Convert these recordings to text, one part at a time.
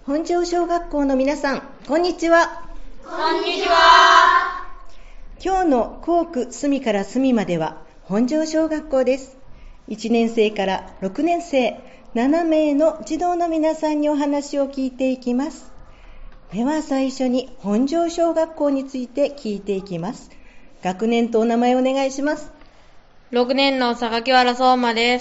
本庄小学校の皆さん、こんにちは。 こんにちは。 今日の校区隅から隅までは本庄小学校です。1年生から6年生7名の児童の皆さんにお話を聞いていきます。では最初に本庄小学校について聞いていきます。学年とお名前をお願いします。 6年の榊原相馬です。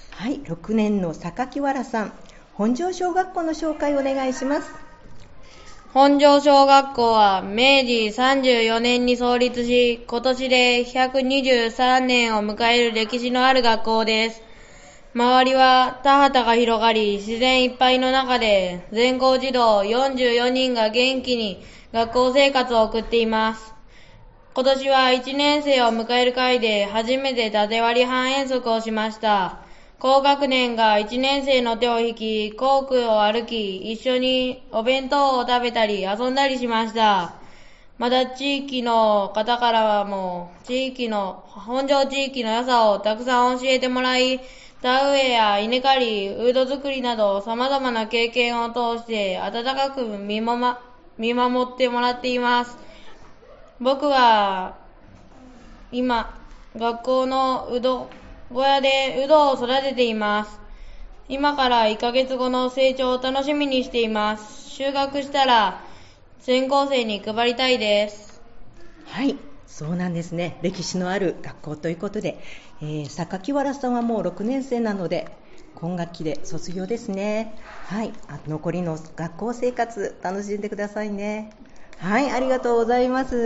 はい、6年の榊原さん、本庄小学校の紹介をお願いします。 本庄小学校は明治34年に創立し、今年で123年を迎える歴史のある学校です。周りは田畑が広がり、自然いっぱいの中で、全校児童44人が元気に学校生活を送っています。今年は1年生を迎える会で初めて縦割り半遠足をしました。高学年が1年生の手を引き、校区を歩き、一緒にお弁当を食べたり遊んだりしました。また地域の方からも本庄地域の良さをたくさん教えてもらい、田植えや稲刈り、ウード作りなど様々な経験を通して温かく見守ってもらっています。僕は今、学校のうど小屋でうどを育てています。今から1ヶ月後の成長を楽しみにしています。収穫したら全校生に配りたいです。 はい、そうなんですね。歴史のある学校ということで、榊原さんはもう6年生なので今学期で卒業ですね。はい、残りの学校生活楽しんでくださいね。はい、ありがとうございます。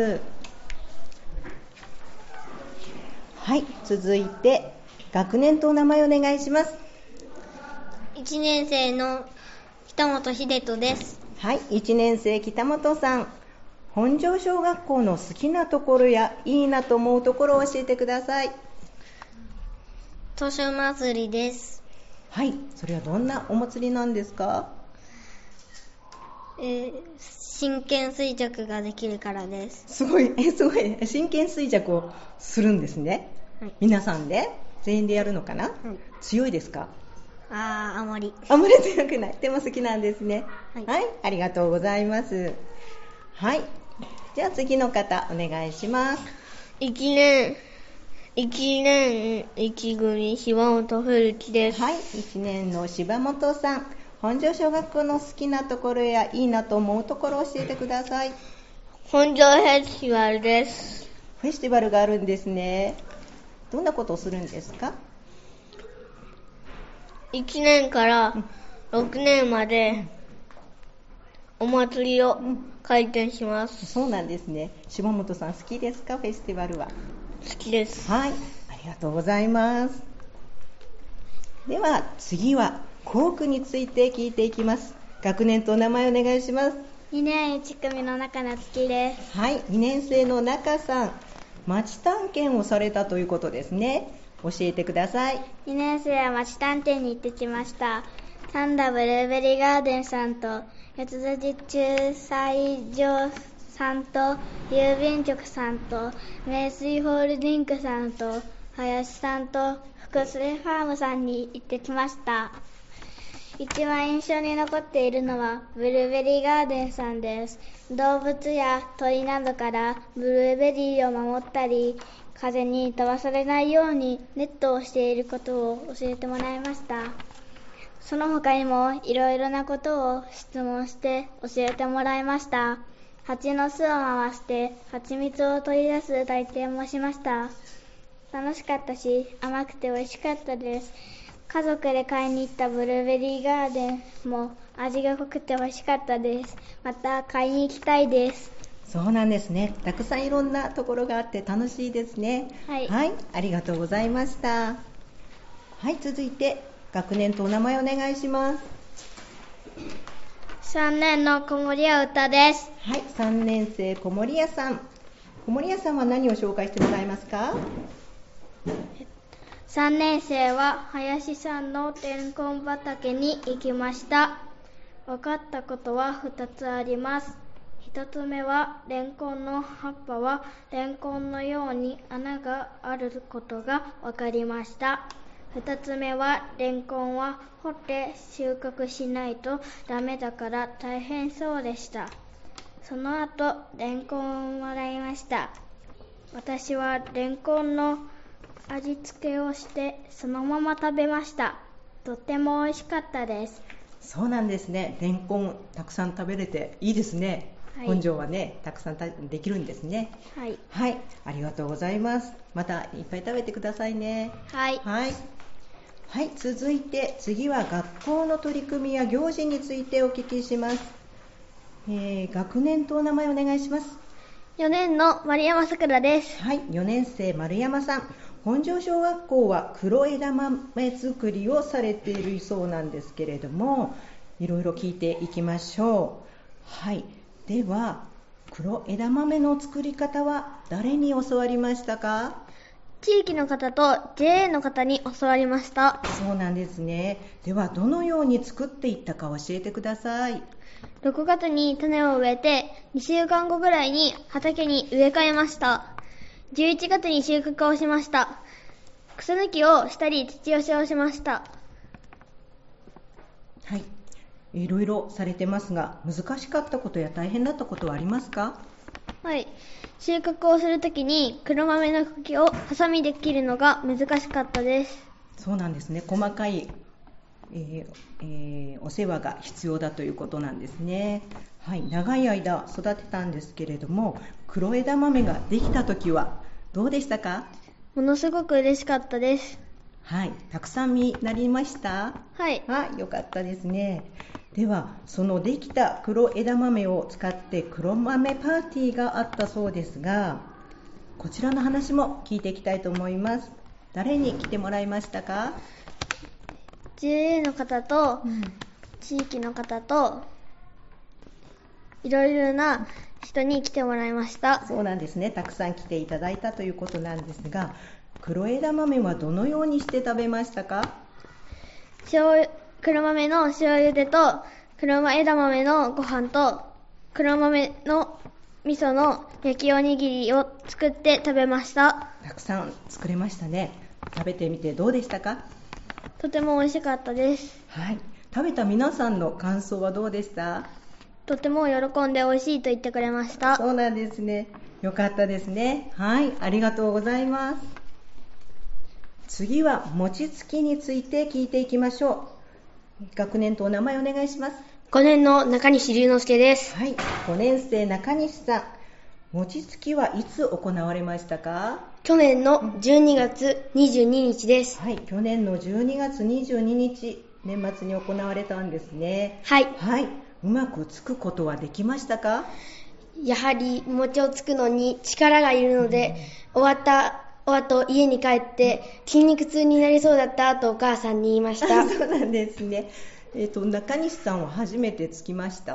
はい、続いて学年とお名前お願いします。 1年生の北本秀人です。 はい、1年生北本さん、本庄小学校の好きなところやいいなと思うところを教えてください。 図書祭りです。 はい、それはどんなお祭りなんですか？ 真剣衰弱ができるからです。 すごい真剣衰弱をするんですね。はい、皆さんで全員でやるのかな？はい、強いですか？ あまり強くない。でも好きなんですね。 はい、 はい、ありがとうございます。はい、じゃあ次の方お願いします。 1年1組柴本古樹です。 はい、1年の柴本さん、本庄小学校の好きなところやいいなと思うところを教えてください。 本庄フェスティバルです。 フェスティバルがあるんですね。どんなことをするんですか ？1年から6年までお祭りを開店します。 そうなんですね。柴本さん好きですか？フェスティバルは。 好きです。 はい、ありがとうございます。では次は校区について聞いていきます。学年とお名前お願いします。 2年1組の中夏希です。 はい、2年生の中さん、町探検をされたということですね。教えてください。 2年生は町探検に行ってきました。サンダブルーベリーガーデンさんと四つ辻駐斎場さんと郵便局さんと名水ホールディングさんと林さんと福水ファームさんに行ってきました。一番印象に残っているのはブルーベリーガーデンさんです。動物や鳥などからブルーベリーを守ったり、風に飛ばされないようにネットをしていることを教えてもらいました。その他にもいろいろなことを質問して教えてもらいました。蜂の巣を回して蜂蜜を取り出す体験もしました。楽しかったし甘くて美味しかったです。家族で買いに行ったブルーベリーガーデンも味が濃くて美味しかったです。また買いに行きたいです。 そうなんですね。たくさんいろんなところがあって楽しいですね。 はい、 はい、ありがとうございました。はい、続いて学年とお名前お願いします。 3年の小森屋歌です。 はい、3年生小森屋さん。小森屋さんは何を紹介してもらえますか ？3年生は林さんのレンコン畑に行きました。分かったことは2つあります。1つ目はレンコンの葉っぱはレンコンのように穴があることが分かりました。 2つ目はレンコンは掘って収穫しないとダメだから大変そうでした。その後レンコンをもらいました。私はレンコンの味付けをしてそのまま食べました。とっても美味しかったです。 そうなんですね。レンコンたくさん食べれていいですね。 はい、 本庄はね、たくさんできるんですね。 はい。 はい、ありがとうございます。またいっぱい食べてくださいね。 はい。 はい。はい、続いて次は学校の取り組みや行事についてお聞きします。学年とお名前お願いします。 4年の丸山さくらです。 はい、4年生丸山さん。本庄小学校は黒枝豆作りをされているそうなんですけれども、いろいろ聞いていきましょう。はい、では黒枝豆の作り方は誰に教わりましたか？ 地域の方と JA の方に教わりました。 そうなんですね。ではどのように作っていったか教えてください。 6月に種を植えて2週間後ぐらいに畑に植え替えました。11月に収穫をしました。草抜きをしたり土寄せをしました。 はい、いろいろされてますが、難しかったことや大変だったことはありますか？ はい、収穫をするときに黒豆の茎をハサミで切るのが難しかったです。 そうなんですね。細かい、お世話が必要だということなんですね。はい、長い間育てたんですけれども、黒枝豆ができたときはどうでしたか？ ものすごく嬉しかったです。 はい、たくさん実なりました？ はい。 よかったですね。ではそのできた黒枝豆を使って黒豆パーティーがあったそうですが、こちらの話も聞いていきたいと思います。誰に来てもらいましたか？ JA の方と、地域の方といろいろな人に来てもらいました。 そうなんですね。たくさん来ていただいたということなんですが、黒枝豆はどのようにして食べましたか？ 黒豆の塩茹でと黒枝豆のご飯と黒豆の味噌の焼きおにぎりを作って食べました。 たくさん作れましたね。食べてみてどうでしたか？ とても美味しかったです。 はい。食べた皆さんの感想はどうでした？ とても喜んで美味しいと言ってくれました。 そうなんですね。よかったですね。はい、ありがとうございます。次は餅つきについて聞いていきましょう。学年とお名前お願いします。 5年の中西龍之介です。 はい、5年生中西さん。餅つきはいつ行われましたか？ 去年の12月22日です。 はい、去年の12月22日、年末に行われたんですね。 はい。 はい、うまくつくことはできましたか？ やはり餅をつくのに力がいるので、終わった後家に帰って筋肉痛になりそうだったとお母さんに言いました。 そうなんですね。中西さんは初めてつきました？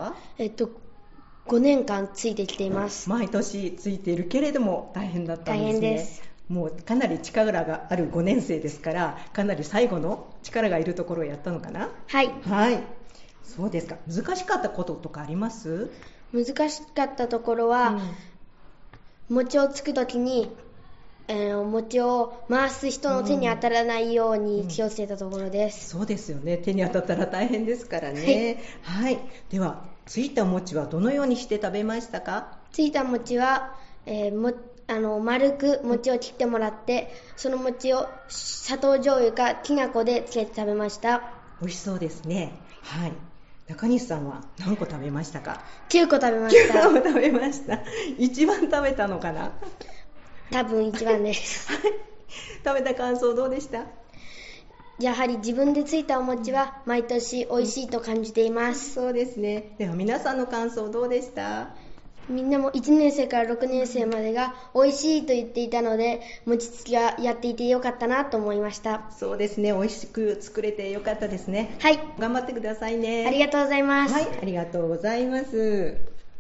5年間ついてきています。 毎年ついているけれども大変だったんですね。 大変です。 もうかなり力がある5年生ですから、かなり最後の力がいるところをやったのかな？ はい。 はい。そうですか。難しかったこととかあります？ 難しかったところは、餅をつくときに、餅を回す人の手に当たらないように気をつけたところです。 そうですよね。手に当たったら大変ですからね。はい。では、ついた餅はどのようにして食べましたか？ ついた餅は、丸く餅を切ってもらって、その餅を砂糖醤油かきな粉でつけて食べました。 美味しそうですね。はい。中西さんは何個食べましたか ？9個食べました。 9個食べました。一番食べたのかな？ 多分一番です。 食べた感想どうでした？ やはり自分でついたお餅は毎年美味しいと感じています。 そうですね。では皆さんの感想どうでした？ みんなも1年生から6年生までが美味しいと言っていたので、餅つきがやっていてよかったなと思いました。 そうですね。美味しく作れてよかったですね。 はい。 頑張ってくださいね。 ありがとうございます。 はい、ありがとうございます。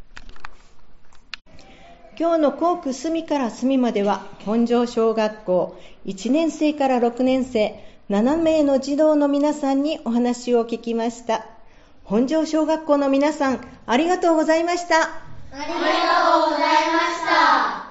今日の校区隅から隅までは本庄小学校1年生から6年生7名の児童の皆さんにお話を聞きました。本庄小学校の皆さん、ありがとうございました。 ありがとうございました。